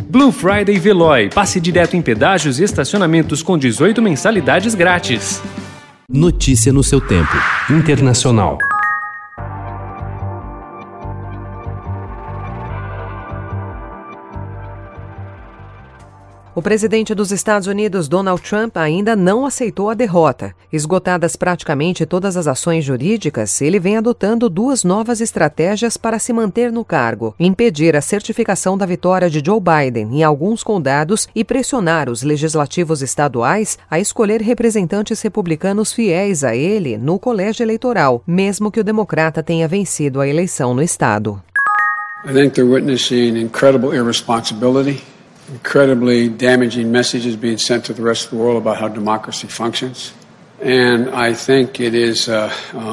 Blue Friday Veloy. Passe direto em pedágios e estacionamentos com 18 mensalidades grátis. Notícia no seu tempo. Internacional. O presidente dos Estados Unidos, Donald Trump, ainda não aceitou a derrota. Esgotadas praticamente todas as ações jurídicas, ele vem adotando duas novas estratégias para se manter no cargo: impedir a certificação da vitória de Joe Biden em alguns condados e pressionar os legislativos estaduais a escolher representantes republicanos fiéis a ele no colégio eleitoral, mesmo que o democrata tenha vencido a eleição no estado. I think they're witnessing incredible irresponsibility. Incredibly damaging messages being sent to the rest of the world about how democracy functions. And I think it is, I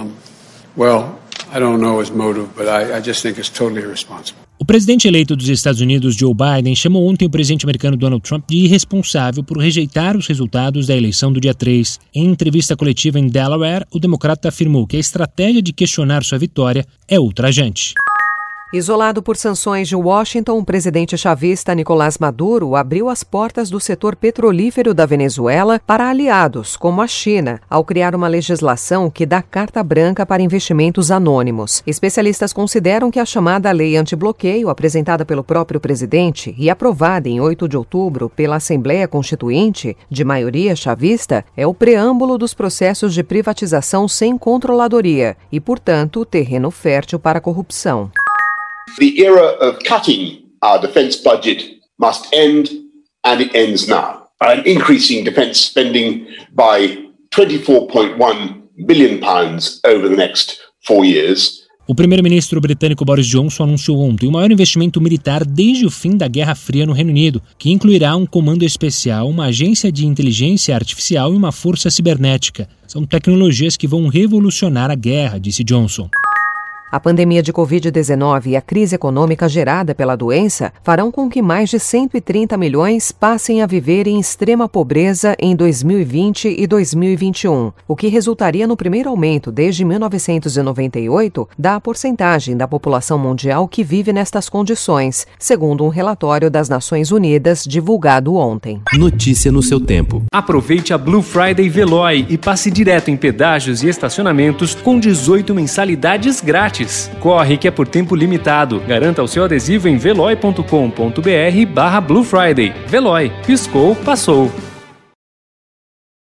don't know his motive, but I just think it's totally irresponsible. O presidente eleito dos Estados Unidos, Joe Biden, chamou ontem o presidente americano Donald Trump de irresponsável por rejeitar os resultados da eleição do dia 3. Em entrevista coletiva em Delaware, o democrata afirmou que a estratégia de questionar sua vitória é ultrajante. Isolado por sanções de Washington, o presidente chavista Nicolás Maduro abriu as portas do setor petrolífero da Venezuela para aliados, como a China, ao criar uma legislação que dá carta branca para investimentos anônimos. Especialistas consideram que a chamada lei antibloqueio, apresentada pelo próprio presidente e aprovada em 8 de outubro pela Assembleia Constituinte, de maioria chavista, é o preâmbulo dos processos de privatização sem controladoria e, portanto, terreno fértil para a corrupção. The era of cutting our defence budget must end, and it ends now. I'm increasing defence spending by £24.1 billion over the next 4 years. O primeiro-ministro britânico Boris Johnson anunciou ontem o maior investimento militar desde o fim da Guerra Fria no Reino Unido, que incluirá um comando especial, uma agência de inteligência artificial e uma força cibernética. São tecnologias que vão revolucionar a guerra, disse Johnson. A pandemia de Covid-19 e a crise econômica gerada pela doença farão com que mais de 130 milhões passem a viver em extrema pobreza em 2020 e 2021, o que resultaria no primeiro aumento desde 1998 da porcentagem da população mundial que vive nestas condições, segundo um relatório das Nações Unidas divulgado ontem. Notícia no seu tempo. Aproveite a Blue Friday Veloy e passe direto em pedágios e estacionamentos com 18 mensalidades grátis. Corre que é por tempo limitado. Garanta o seu adesivo em veloy.com.br/Blue Friday. Veloy. Piscou, passou.